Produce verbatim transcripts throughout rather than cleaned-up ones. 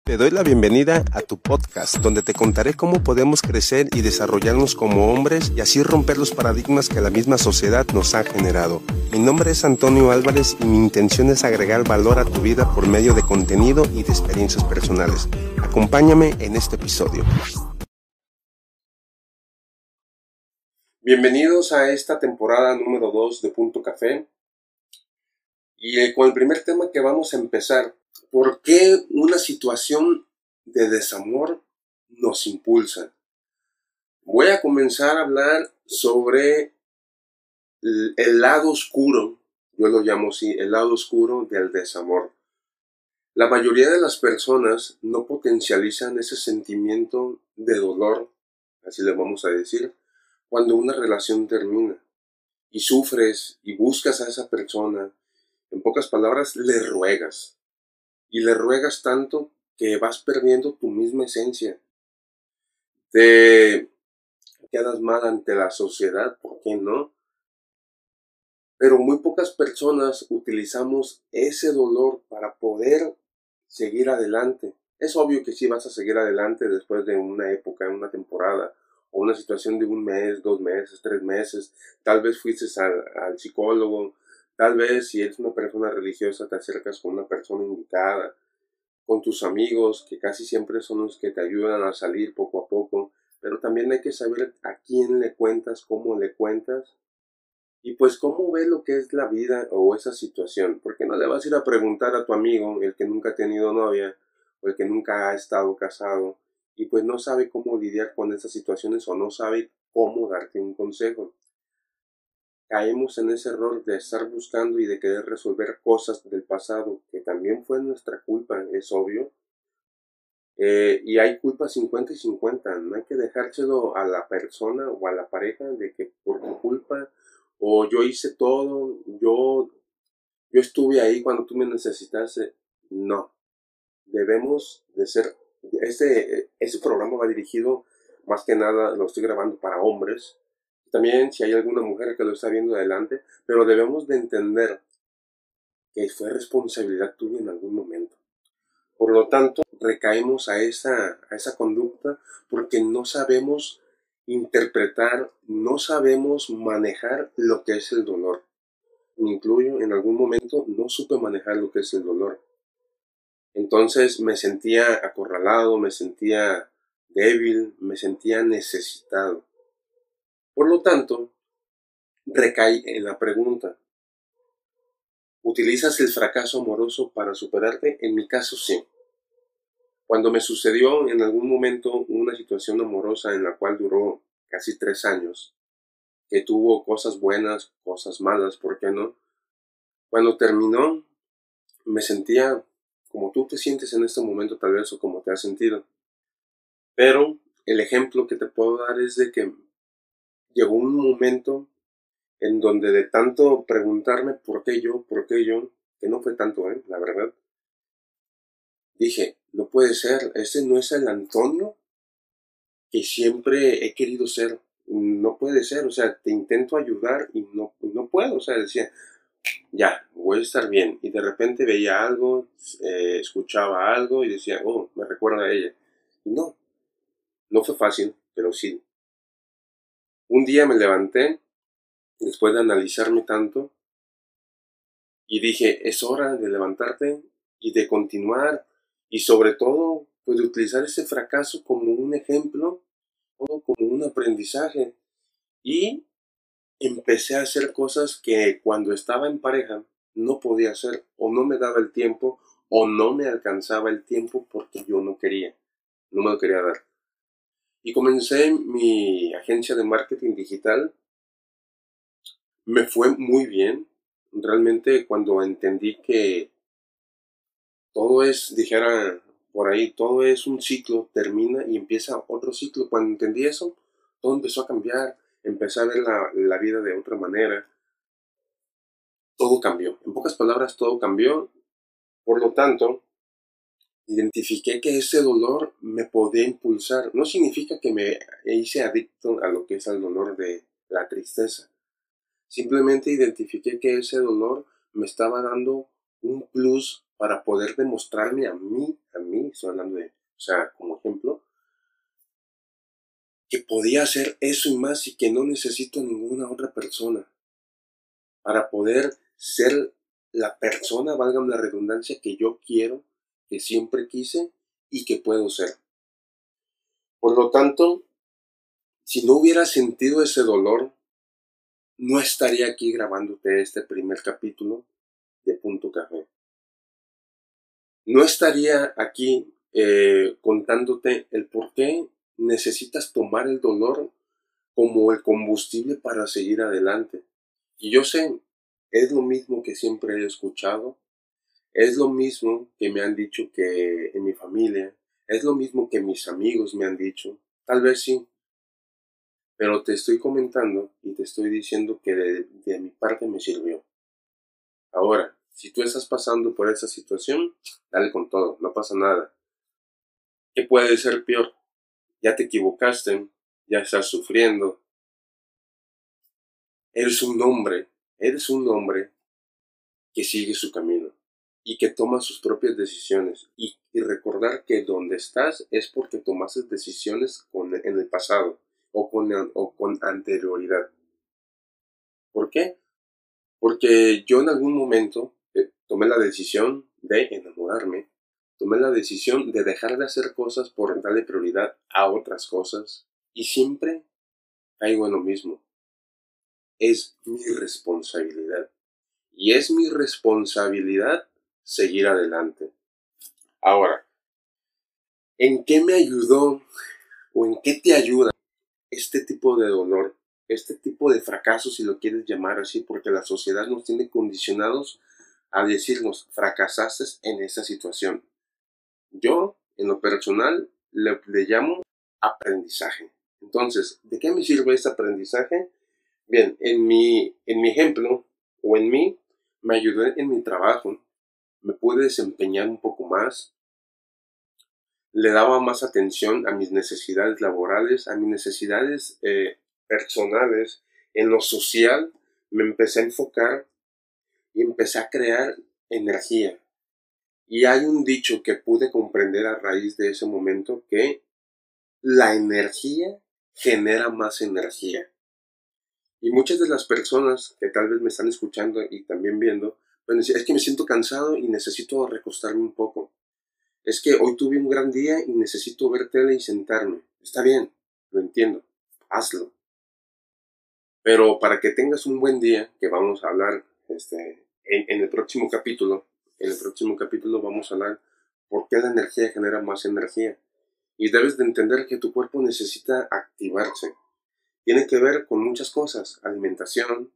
Te doy la bienvenida a tu podcast, donde te contaré cómo podemos crecer y desarrollarnos como hombres y así romper los paradigmas que la misma sociedad nos ha generado. Mi nombre es Antonio Álvarez y mi intención es agregar valor a tu vida por medio de contenido y de experiencias personales. Acompáñame en este episodio. Bienvenidos a esta temporada número dos de Punto Café. Y eh, con el primer tema que vamos a empezar, ¿por qué una situación de desamor nos impulsa? Voy a comenzar a hablar sobre el, el lado oscuro, yo lo llamo así, el lado oscuro del desamor. La mayoría de las personas no potencializan ese sentimiento de dolor, así le vamos a decir, cuando una relación termina y sufres y buscas a esa persona. En pocas palabras, le ruegas. Y le ruegas tanto que vas perdiendo tu misma esencia. Te quedas mal ante la sociedad, ¿por qué no? Pero muy pocas personas utilizamos ese dolor para poder seguir adelante. Es obvio que sí vas a seguir adelante después de una época, una temporada, o una situación de un mes, dos meses, tres meses. Tal vez fuiste al, al psicólogo. Tal vez si eres una persona religiosa te acercas con una persona indicada, con tus amigos, que casi siempre son los que te ayudan a salir poco a poco. Pero también hay que saber a quién le cuentas, cómo le cuentas, y pues cómo ve lo que es la vida o esa situación. Porque no le vas a ir a preguntar a tu amigo, el que nunca ha tenido novia, o el que nunca ha estado casado, y pues no sabe cómo lidiar con esas situaciones o no sabe cómo darte un consejo. Caemos en ese error de estar buscando y de querer resolver cosas del pasado, que también fue nuestra culpa, es obvio. Eh, y hay culpa cincuenta y cincuenta, no hay que dejárselo a la persona o a la pareja de que por tu culpa, o yo hice todo, yo, yo estuve ahí cuando tú me necesitaste. No, debemos de ser, este, este programa va dirigido, más que nada lo estoy grabando para hombres, también si hay alguna mujer que lo está viendo adelante, pero debemos de entender que fue responsabilidad tuya en algún momento. Por lo tanto, recaemos a esa, a esa conducta porque no sabemos interpretar, no sabemos manejar lo que es el dolor. Me incluyo, en algún momento no supe manejar lo que es el dolor. Entonces me sentía acorralado, me sentía débil, me sentía necesitado. Por lo tanto, recae en la pregunta: ¿utilizas el fracaso amoroso para superarte? En mi caso, sí. Cuando me sucedió en algún momento una situación amorosa en la cual duró casi tres años, que tuvo cosas buenas, cosas malas, ¿por qué no? Cuando terminó, me sentía como tú te sientes en este momento tal vez o como te has sentido. Pero el ejemplo que te puedo dar es de que llegó un momento en donde de tanto preguntarme por qué yo, por qué yo, que no fue tanto, ¿eh? La verdad, dije, no puede ser, ese no es el Antonio que siempre he querido ser. No puede ser, o sea, te intento ayudar y no, no puedo, o sea, decía, ya, voy a estar bien. Y de repente veía algo, eh, escuchaba algo y decía, oh, me recuerda a ella. Y no, no fue fácil, pero sí. Un día me levanté, después de analizarme tanto, y dije, es hora de levantarte y de continuar, y sobre todo, pues de utilizar ese fracaso como un ejemplo, o como un aprendizaje. Y empecé a hacer cosas que cuando estaba en pareja no podía hacer, o no me daba el tiempo, o no me alcanzaba el tiempo porque yo no quería, no me lo quería dar. Y comencé mi agencia de marketing digital, me fue muy bien, realmente cuando entendí que todo es, dijera por ahí, todo es un ciclo, termina y empieza otro ciclo. Cuando entendí eso, todo empezó a cambiar, empecé a ver la, la vida de otra manera. Todo cambió. En pocas palabras, todo cambió. Por lo tanto, identifiqué que ese dolor me podía impulsar. No significa que me hice adicto a lo que es el dolor de la tristeza. Simplemente identifiqué que ese dolor me estaba dando un plus para poder demostrarme a mí, a mí, estoy hablando de, o sea, como ejemplo, que podía hacer eso y más y que no necesito a ninguna otra persona para poder ser la persona, válgame la redundancia, que yo quiero, que siempre quise y que puedo ser. Por lo tanto, si no hubiera sentido ese dolor, no estaría aquí grabándote este primer capítulo de Punto Café. No estaría aquí eh, contándote el por qué necesitas tomar el dolor como el combustible para seguir adelante. Y yo sé, es lo mismo que siempre he escuchado, es lo mismo que me han dicho que en mi familia, es lo mismo que mis amigos me han dicho, tal vez sí, pero te estoy comentando y te estoy diciendo que de, de mi parte me sirvió. Ahora, si tú estás pasando por esa situación, dale con todo, no pasa nada. ¿Qué puede ser peor? Ya te equivocaste, ya estás sufriendo. Eres un hombre, eres un hombre que sigue su camino y que toma sus propias decisiones. Y, y recordar que donde estás es porque tomaste decisiones con, en el pasado o con, o con anterioridad. ¿Por qué? Porque yo en algún momento eh, tomé la decisión de enamorarme, tomé la decisión de dejar de hacer cosas por darle prioridad a otras cosas y siempre caigo en lo mismo. Es mi responsabilidad. Y es mi responsabilidad seguir adelante. Ahora, ¿en qué me ayudó o en qué te ayuda este tipo de dolor, este tipo de fracaso, si lo quieres llamar así, porque la sociedad nos tiene condicionados a decirnos, fracasaste en esa situación? Yo, en lo personal, le, le llamo aprendizaje. Entonces, ¿de qué me sirve este aprendizaje? Bien, en mi, en mi ejemplo, o en mí, me ayudó en mi trabajo, me pude desempeñar un poco más, le daba más atención a mis necesidades laborales, a mis necesidades eh, personales, en lo social, me empecé a enfocar y empecé a crear energía. Y hay un dicho que pude comprender a raíz de ese momento, que la energía genera más energía. Y muchas de las personas que tal vez me están escuchando y también viendo, pueden decir, es que me siento cansado y necesito recostarme un poco. Es que hoy tuve un gran día y necesito ver tele y sentarme. Está bien, lo entiendo, hazlo. Pero para que tengas un buen día, que vamos a hablar este, en, en el próximo capítulo, en el próximo capítulo vamos a hablar por qué la energía genera más energía. Y debes de entender que tu cuerpo necesita activarse. Tiene que ver con muchas cosas, alimentación,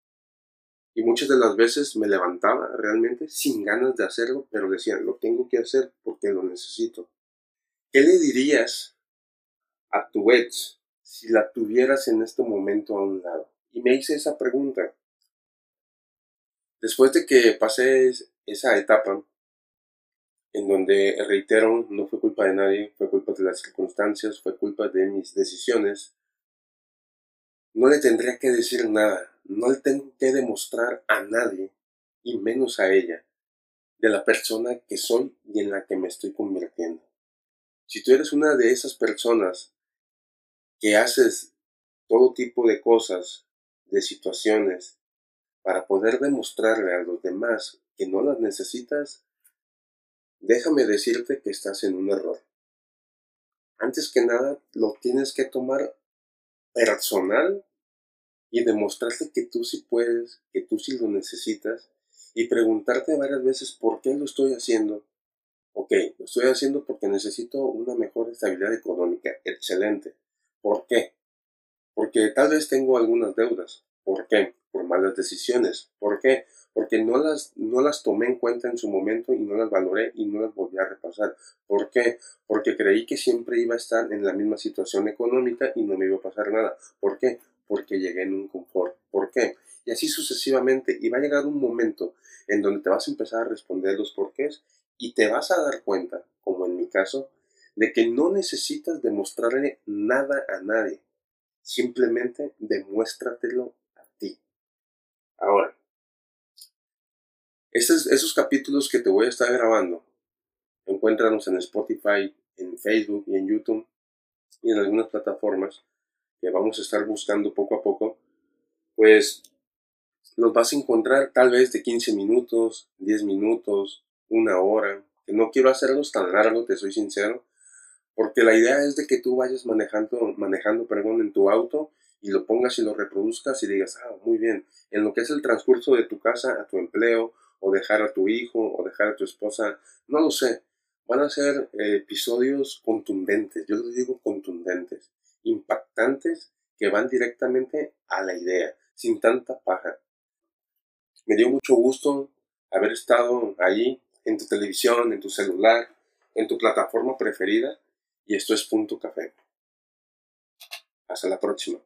y muchas de las veces me levantaba realmente sin ganas de hacerlo, pero decía, lo tengo que hacer porque lo necesito. ¿Qué le dirías a tu ex si la tuvieras en este momento a un lado? Y me hice esa pregunta. Después de que pasé esa etapa, en donde, reitero, no fue culpa de nadie, fue culpa de las circunstancias, fue culpa de mis decisiones, no le tendría que decir nada, no le tengo que demostrar a nadie, y menos a ella, de la persona que soy y en la que me estoy convirtiendo. Si tú eres una de esas personas que haces todo tipo de cosas, de situaciones, para poder demostrarle a los demás que no las necesitas, déjame decirte que estás en un error. Antes que nada, lo tienes que tomar personal y demostrarte que tú sí puedes, que tú sí lo necesitas, y preguntarte varias veces por qué lo estoy haciendo. Ok, lo estoy haciendo porque necesito una mejor estabilidad económica. Excelente. ¿Por qué? Porque tal vez tengo algunas deudas. ¿Por qué? Por malas decisiones. ¿Por qué? Porque no las, no las tomé en cuenta en su momento y no las valoré y no las volví a repasar. ¿Por qué? Porque creí que siempre iba a estar en la misma situación económica y no me iba a pasar nada. ¿Por qué? Porque llegué en un confort. ¿Por qué? Y así sucesivamente. Y va a llegar un momento en donde te vas a empezar a responder los porqués y te vas a dar cuenta, como en mi caso, de que no necesitas demostrarle nada a nadie. Simplemente demuéstratelo a ti. Ahora, Estos, esos capítulos que te voy a estar grabando, encuéntranos en Spotify, en Facebook y en YouTube y en algunas plataformas que vamos a estar buscando poco a poco, pues los vas a encontrar tal vez de quince minutos, diez minutos, una hora, que no quiero hacerlos tan largos, te soy sincero, porque la idea es de que tú vayas manejando, manejando, perdón, en tu auto y lo pongas y lo reproduzcas y digas, ah, muy bien, en lo que es el transcurso de tu casa a tu empleo, o dejar a tu hijo, o dejar a tu esposa, no lo sé, van a ser eh, episodios contundentes, yo les digo contundentes, impactantes, que van directamente a la idea, sin tanta paja. Me dio mucho gusto haber estado ahí, en tu televisión, en tu celular, en tu plataforma preferida, y esto es Punto Café. Hasta la próxima.